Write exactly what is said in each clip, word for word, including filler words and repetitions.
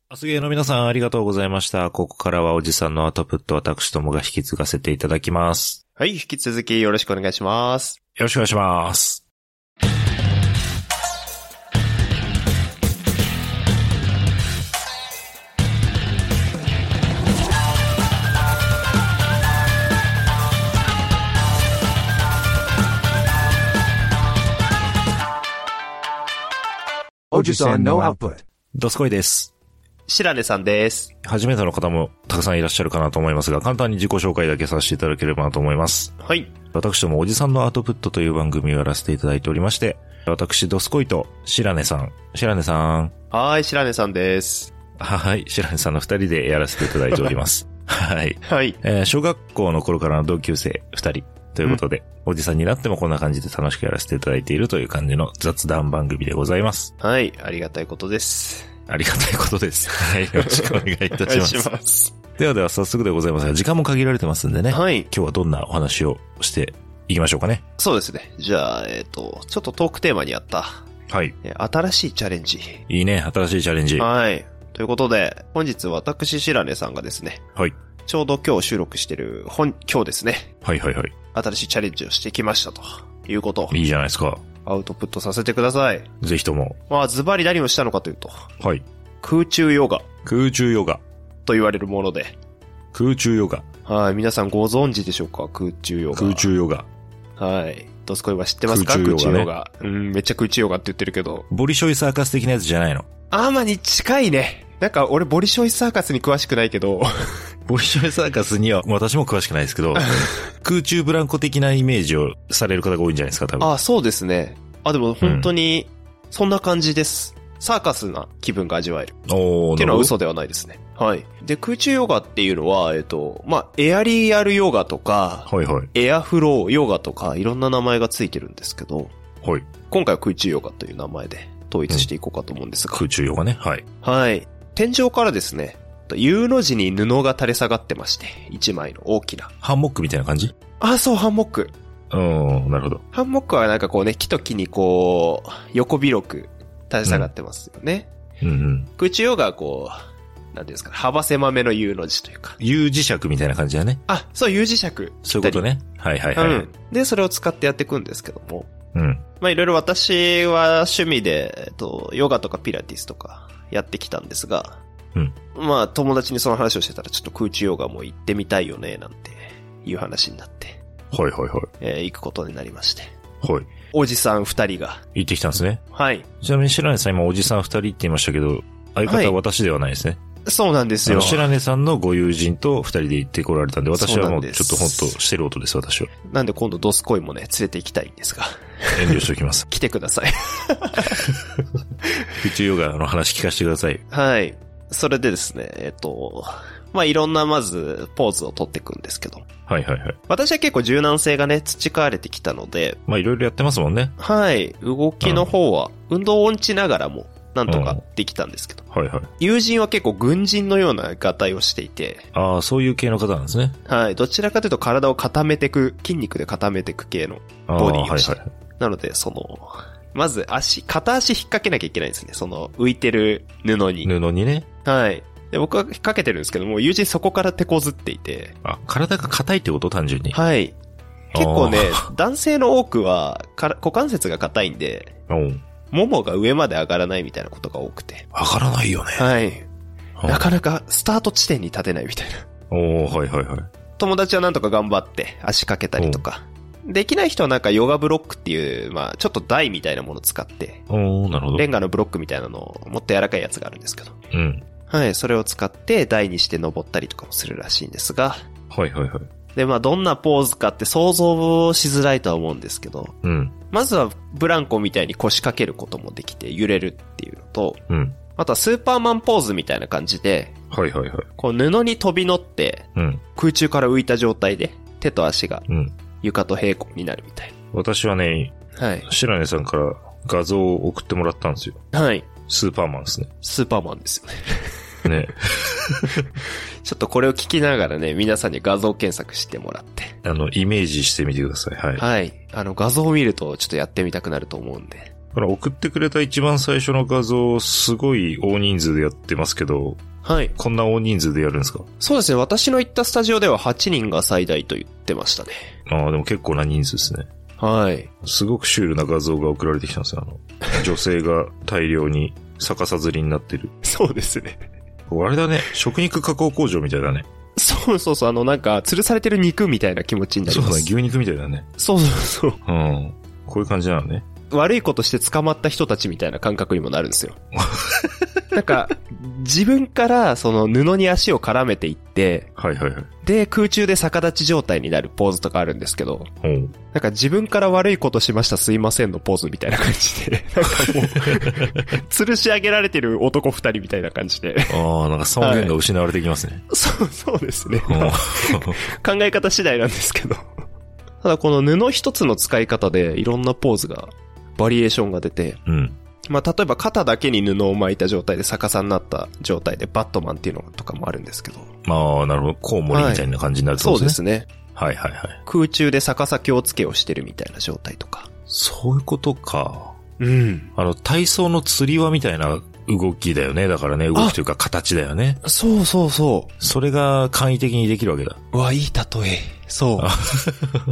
アスゲーの皆さんありがとうございました。ここからはおじさんのアウトプット私どもが引き継がせていただきます。 はい、引き続きよろしくお願いします。 よろしくお願いします。 おじさんのアウトプット。 どすこいです。 白根さんです。 初めての方もたくさんいらっしゃるかなと思いますが、簡単に自己紹介だけさせていただければなと思います。 はい。 私どもおじさんのアウトプットという番組をやらせていただいておりまして、私どすこいと白根さん、白根さん。 はい、白根さんです。 はい、白根さんの二人でやらせていただいております。はい。 はい、 えー。小学校の頃からの同級生二人ということで、うん、おじさんになってもこんな感じで楽しくやらせていただいているという感じの雑談番組でございます。 はい、ありがたいことです。 ありがたいことです。はい、よろしくお願いいたします。お願いします。ではでは早速でございますが、時間も限られてますんでね。はい。今日はどんなお話をしていきましょうかね。 そうですね。じゃあ、えっと、ちょっとトークテーマにあった。 はい。 新しいチャレンジ。 いいね、新しいチャレンジ。 はい。ということで、本日私白根さんがですね。 はい。 ちょうど今日収録してる本、今日ですね。 はいはいはい。 新しいチャレンジをしてきましたということを。 いいじゃないですか。 アウトプットさせてください。 ぜひとも。 まあ、ズバリ何をしたのかというと。 はい。 空中ヨガ。 空中ヨガ。 と言われるもので。 空中ヨガ。 はい。皆さんご存知でしょうか？空中ヨガ。 空中ヨガ。 はい。どすこいは知ってますか？空中ヨガ、ね。うん、めっちゃ空中ヨガって言ってるけど。 ボリショイサーカス的なやつじゃないの？ あーまに近いね。なんか俺ボリショイサーカスに詳しくないけど。 ボリショイサーカスには私も詳しくないですけど、空中ブランコ的なイメージをされる方が多いんじゃないですか、多分。 あ、そうですね。あ、でも本当に、そんな感じです。うんサーカスな気分が味わえる。 おー、 っていうのは嘘ではないですね。はい。で、空中ヨガっていうのは、えっと、まあ、エアリアルヨガとか、 はいはい。 エアフローヨガとか、いろんな名前がついてるんですけど、 はい。 今回は空中ヨガという名前で統一していこうかと思うんですが。 うん、空中ヨガね。はい。 はい。天井からですね、U の字に布が垂れ下がってまして、一枚の大きな。 ハンモックみたいな感じ？ あ、そう、ハンモック。 うん、なるほど。 ハンモックはなんかこうね、木と木にこう、横広く、垂れ下がってますよね。 うんうん、 空中ヨガはこう、なんていうんですかね、幅狭めの U の字というか。 U 磁石みたいな感じだね。 あ、そう、U 磁石。 そういうことね。はいはいはい、うん。 で、それを使ってやっていくんですけども。 うん。 まあいろいろ私は趣味で、えっと、ヨガとかピラティスとかやってきたんですが、 うん。 まあ友達にその話をしてたらちょっと空中ヨガも行ってみたいよね、なんていう話になって。 はいはいはい。 えー、行くことになりまして。 はい。 おじさん二人が。 行ってきたんですね。 はい。 ちなみに白根さん今おじさん二人って言いましたけど、相方は私ではないですね。 はい、そうなんですよ。 白根さんのご友人と二人で行ってこられたんで、私はもうちょっと本当してる音です、私は。 なんで今度ドスコイもね、連れて行きたいんですが。 遠慮しておきます。 来てください。 空中ヨガの話聞かせてください。 はい。それでですね、えっと、まあ、いろんなまずポーズを取っていくんですけど。 はいはいはい。 私は結構柔軟性がね、培われてきたので。 まあいろいろやってますもんね。 はい。動きの方は、運動音痴ながらも、なんとかできたんですけど。 はいはい。 友人は結構軍人のようなガタイをしていて。 ああ、そういう系の方なんですね。 はい。どちらかというと体を固めていく、筋肉で固めていく系のボディをして。はいはい。なので、その、まず足、片足引っ掛けなきゃいけないんですね。その浮いてる布に。 布にね。 はい。で、僕は引っ掛けてるんですけども、友人そこから手こずっていて。 あ、体が硬いってこと単純に。 はい。結構ね、男性の多くは、から股関節が硬いんで、ももが上まで上がらないみたいなことが多くて。 上がらないよね。 はい。なかなかスタート地点に立てないみたいな。 おー、はいはいはい。 友達はなんとか頑張って足掛けたりとか。できない人はなんかヨガブロックっていう、まあちょっと台みたいなものを使って。 おー、なるほど。 レンガのブロックみたいなのをもっと柔らかいやつがあるんですけど。 うん。 はい、それを使って台にして登ったりとかもするらしいんですが。 はいはいはい。 で、まあどんなポーズかって想像しづらいとは思うんですけど。 うん。 まずはブランコみたいに腰掛けることもできて揺れるっていうのと。 うん。 あとはスーパーマンポーズみたいな感じで。 はいはいはい。 こう布に飛び乗って。 うん。 空中から浮いた状態で手と足が。 うん。 床と平行になるみたいな。 私はね、はい。白根さんから画像を送ってもらったんですよ。 はい。 スーパーマンですね。 スーパーマンですよね。 ねちょっとこれを聞きながらね、皆さんに画像検索してもらって。 あの、イメージしてみてください。はい。 はい。あの、画像を見るとちょっとやってみたくなると思うんで。 ほら、送ってくれた一番最初の画像、すごい大人数でやってますけど、 はい。 こんな大人数でやるんですか？ そうですね。私の行ったスタジオでははちにんが最大と言ってましたね。 ああ、でも結構な人数ですね。 はい。 すごくシュールな画像が送られてきたんですよ。あの、女性が大量に逆さずりになってる。 そうですね。 あれだね。食肉加工工場みたいだね。 そうそうそう。あの、なんか、吊るされてる肉みたいな気持ちになります。 そうだね。牛肉みたいだね。 そうそうそう。 うん。こういう感じなのね。 悪いことして捕まった人たちみたいな感覚にもなるんですよ。なんか、自分からその布に足を絡めていって、 はいはいはい。 で、空中で逆立ち状態になるポーズとかあるんですけど、なんか自分から悪いことしましたすいませんのポーズみたいな感じで、なんかもう、吊るし上げられてる男二人みたいな感じで。 ああ、なんか尊厳が失われていきますね。 はい、そう、そうですね。まあ、考え方次第なんですけど。ただこの布一つの使い方でいろんなポーズが、バリエーションが出て、 うん。 まあ、例えば肩だけに布を巻いた状態で逆さになった状態でバットマンっていうのとかもあるんですけど。 ああ、なるほど。コウモリみたいな感じになるそうですね。 そうですね。 はいはいはい。 空中で逆さ気をつけをしてるみたいな状態とか。 そういうことか。 うん。 あの、体操の釣り輪みたいな動きだよね。だからね、動きというか形だよね。 そうそうそう。 それが簡易的にできるわけだ。 うわ、いい例え。そう。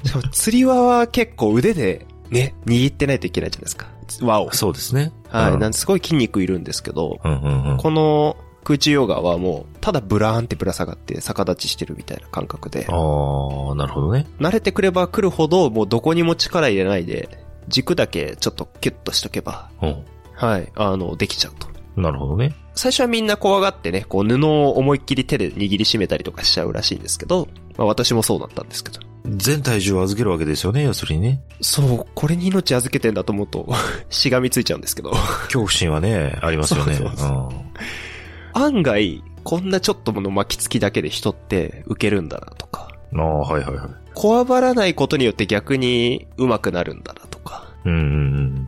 しかも釣り輪は結構腕でね、握ってないといけないじゃないですか。輪を。 そうですね。 はい。うん、なんですごい筋肉いるんですけど、 うんうんうん、 この空中ヨガはもう、ただブラーンってぶら下がって逆立ちしてるみたいな感覚で。 ああ、なるほどね。 慣れてくれば来るほど、もうどこにも力入れないで、軸だけちょっとキュッとしとけば、 うん、 はい、あの、できちゃうと。 なるほどね。 最初はみんな怖がってね、こう布を思いっきり手で握りしめたりとかしちゃうらしいんですけど、まあ私もそうだったんですけど。 全体重を預けるわけですよね、要するにね。 そう、これに命預けてんだと思うと、しがみついちゃうんですけど。 恐怖心はね、ありますよね。そうそうそう、 うん、案外、こんなちょっとの巻きつきだけで人って受けるんだなとか。 ああ、はいはいはい。 こわばらないことによって逆に上手くなるんだなとか。 うんうんうん。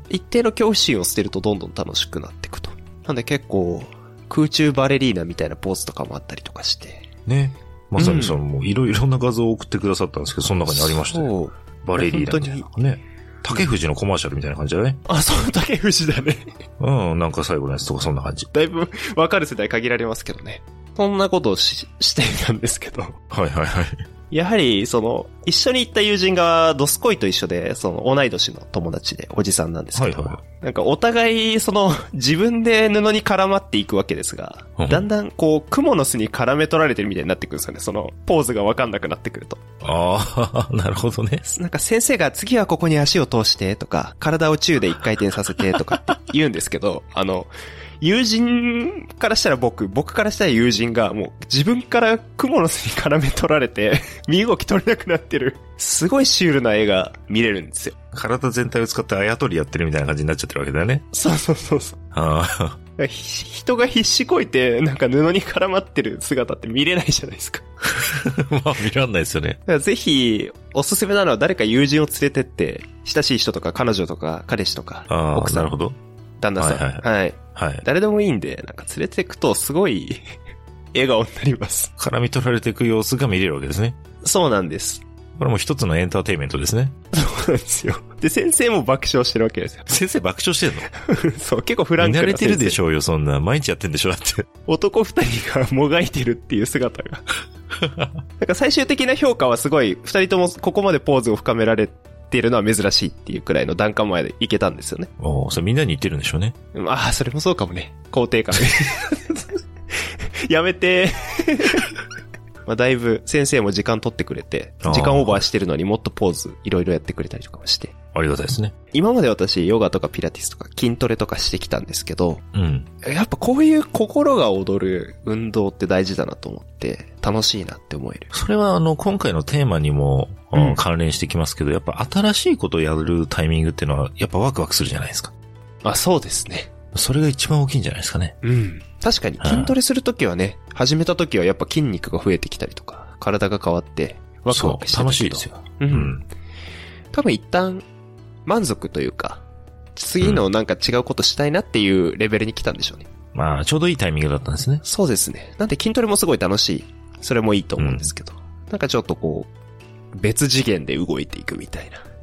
一定の恐怖心を捨てるとどんどん楽しくなっていくと。なんで結構、空中バレリーナみたいなポーズとかもあったりとかして。 ね。まさにその、もういろいろな画像を送ってくださったんですけど、その中にありましたね。そう。バレリーナみたいなね。竹藤のコマーシャルみたいな感じだね。 あ、そう、竹藤だね。 うん、なんか最後のやつとかそんな感じ。 だいぶわかる世代限られますけどね。そんなことをし、していたんですけど。 はいはいはい。 やはり、その、一緒に行った友人がドスコイと一緒で、その、同い年の友達で、おじさんなんですけど、はいはい、なんかお互い、その、自分で布に絡まっていくわけですが、うん、だんだん、こう、クモの巣に絡め取られてるみたいになってくるんですよね。その、ポーズがわかんなくなってくると。 ああ、なるほどね。 なんか先生が次はここに足を通してとか、体を宙で一回転させてとかって言うんですけど、あの、友人からしたら僕、僕からしたら友人がもう自分からクモの巣に絡め取られて身動き取れなくなってるすごいシュールな絵が見れるんですよ。 体全体を使ってあやとりやってるみたいな感じになっちゃってるわけだよね。 そうそうそうそう。 ああ。 人が必死こいてなんか布に絡まってる姿って見れないじゃないですか。 まあ見らんないですよね。 だからぜひおすすめなのは誰か友人を連れてって親しい人とか彼女とか彼氏とか奥さん。 なるほど。 旦那さん。はい、はい。はい。はい。誰でもいいんで、なんか連れてくとすごい笑顔になります。 絡み取られていく様子が見れるわけですね。 そうなんです。 これも一つのエンターテインメントですね。 そうなんですよ。で、先生も爆笑してるわけですよ。 先生爆笑してるの？ そう、結構フランクな先生。 見慣れてるでしょうよ、そんな。毎日やってんでしょ、だって。 男二人がもがいてるっていう姿が。なんか最終的な評価はすごい、二人ともここまでポーズを深められているのは珍しいっていうくらいの段階までいけたんですよね。 おー、それみんなに言ってるんでしょうね。 ああ、それもそうかもね。肯定感ね。やめて。まあ、だいぶ先生も時間取ってくれて、時間オーバーしてるのにもっとポーズいろいろやってくれたりとかもして。 ありがたいですね。 今まで私ヨガとかピラティスとか筋トレとかしてきたんですけど、 うん、 やっぱこういう心が躍る運動って大事だなと思って楽しいなって思える。 それはあの今回のテーマにも、うん、関連してきますけど、やっぱ新しいことをやるタイミングっていうのはやっぱワクワクするじゃないですか。 あ、そうですね。 それが一番大きいんじゃないですかね。 うん。確かに筋トレするときはね、始めたときはやっぱ筋肉が増えてきたりとか、体が変わってワクワクしてたけど。 楽しいですよ。 うん。うん、多分一旦満足というか、次のなんか違うことしたいなっていうレベルに来たんでしょうね。 うん、まあちょうどいいタイミングだったんですね。 そうですね。なんで筋トレもすごい楽しい。それもいいと思うんですけど、うん、なんかちょっとこう別次元で動いていくみたいな。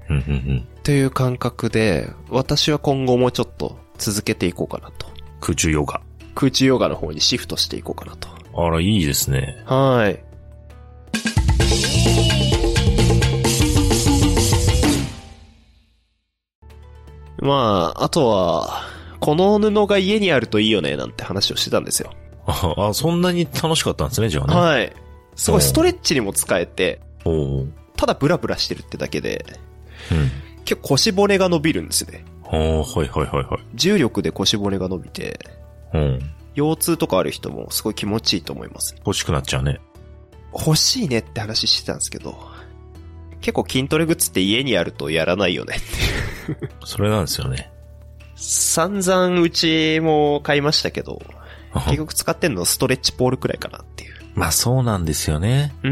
うんうんうん。 という感覚で、私は今後もちょっと続けていこうかなと。 空中ヨガ。 空中ヨガの方にシフトしていこうかなと。 あら、いいですね。 はい。まあ、あとは、この布が家にあるといいよね、なんて話をしてたんですよ。 あ、そんなに楽しかったんですね、じゃあね。 はい。すごいストレッチにも使えて、 おただブラブラしてるってだけで、 うん、 結構腰骨が伸びるんですね。 ああ、はいはいはいはい。 重力で腰骨が伸びて、 うん、 腰痛とかある人もすごい気持ちいいと思います。 欲しくなっちゃうね。 欲しいねって話してたんですけど、結構筋トレグッズって家にあるとやらないよねっていう。 それなんですよね。 散々うちも買いましたけど、結局使ってんのはストレッチポールくらいかなっていう。 まあそうなんですよね。 うん。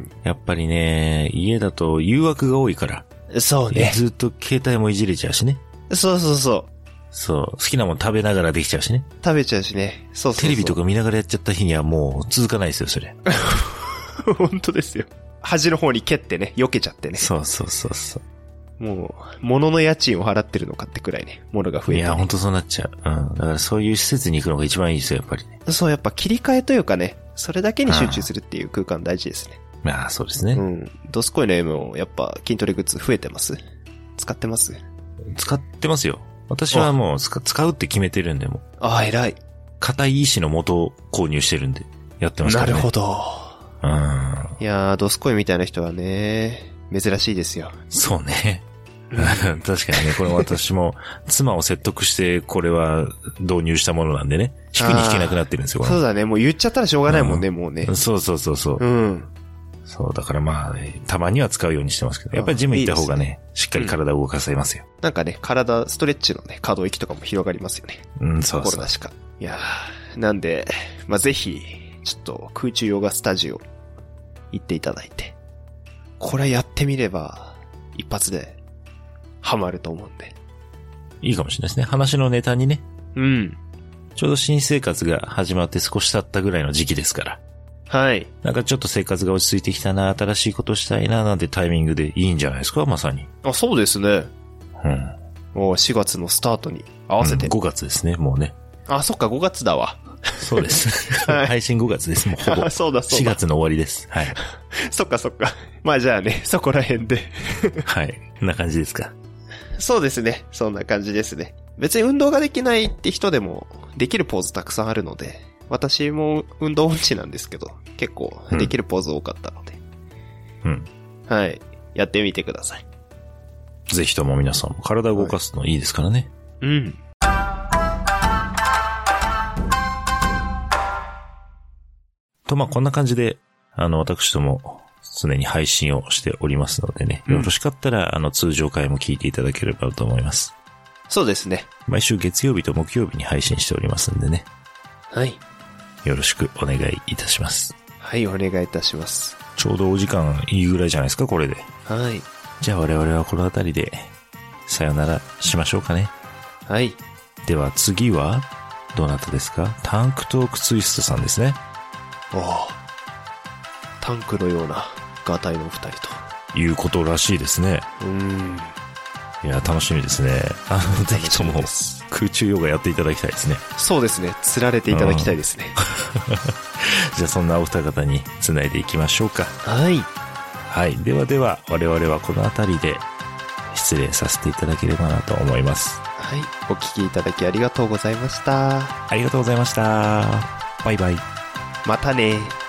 やっぱりね、家だと誘惑が多いから。 そうね。 ずっと携帯もいじれちゃうしね。 そうそうそう。 そう。好きなもん食べながらできちゃうしね。 食べちゃうしね。そうそうそう。 テレビとか見ながらやっちゃった日にはもう続かないですよ、それ。 本当ですよ。端の方に蹴ってね、避けちゃってね。 そうそうそうそう。 もう、物の家賃を払ってるのかってくらいね、物が増えて、ね。 いや、ほんとそうなっちゃう。うん。だからそういう施設に行くのが一番いいですよ、やっぱりね。 そう、やっぱ切り替えというかね、それだけに集中するっていう空間大事ですね。 まあ、そうですね。 うん。ドスコイの M もやっぱ筋トレグッズ増えてます？使ってます？ 使ってますよ。私はもう使うって決めてるんで、もう。 ああ、偉い。 硬い石の元を購入してるんで、やってますからね。 なるほど。 うん。 いやー、ドスコイみたいな人はね、珍しいですよ。 そうね。確かにね、これ私も妻を説得してこれは導入したものなんでね、引くに引けなくなってるんですよ。 そうだね、もう言っちゃったらしょうがないもんね、うん、もうね。 そうそうそうそう。 うん。 そう、だからまあ、ね、たまには使うようにしてますけど、やっぱりジム行った方がね、いいね、しっかり体を動かせますよ、 うん。なんかね、体、ストレッチのね、可動域とかも広がりますよね。 うん、そうそう。 心なしか。いやー、なんで、まあ、ぜひ、ちょっと空中ヨガスタジオ行っていただいて、これやってみれば、一発で、ハマると思うんで。 いいかもしれないですね。話のネタにね。 うん。 ちょうど新生活が始まって少し経ったぐらいの時期ですから。 はい。 なんかちょっと生活が落ち着いてきたな、新しいことしたいな、なんてタイミングでいいんじゃないですか、まさに。 あ、そうですね。 うん。 もうしがつのスタートに合わせて。 うん、ごがつですね、もうね。 あ、そっか、ごがつだわ。 そうです。はい、配信ごがつです、もうほぼ。 あ、そうだそうだ。 しがつの終わりです。はい。 そっかそっか。まあじゃあね、そこら辺で。 はい。こんな感じですか。 そうですね。そんな感じですね。別に運動ができないって人でもできるポーズたくさんあるので、私も運動音痴なんですけど、結構できるポーズ多かったので。 うん。 はい。やってみてください。 ぜひとも皆さんも体を動かすのいいですからね。 はい、うん。 と、まあ、こんな感じで、あの、私ども、常に配信をしておりますのでね、よろしかったら、うん、あの、通常回も聞いていただければと思います。 そうですね。 毎週月曜日と木曜日に配信しておりますんでね。 はい。 よろしくお願いいたします。 はい、お願いいたします。 ちょうどお時間いいぐらいじゃないですか、これで。 はい。 じゃあ我々はこのあたりで、さよならしましょうかね。 はい。 では次は、どなたですか？タンクトークツイストさんですね。 おお。タンクのようなガタイの二人と。いうことらしいですね。 うーん。 いや、楽しみですね。あの、ぜひとも空中ヨガやっていただきたいですね。 そうですね。釣られていただきたいですね。 じゃあそんなお二方に繋いでいきましょうか。 はい。 はい。ではでは、我々はこのあたりで失礼させていただければなと思います。 はい。お聞きいただきありがとうございました。 ありがとうございました。バイバイ。 またね。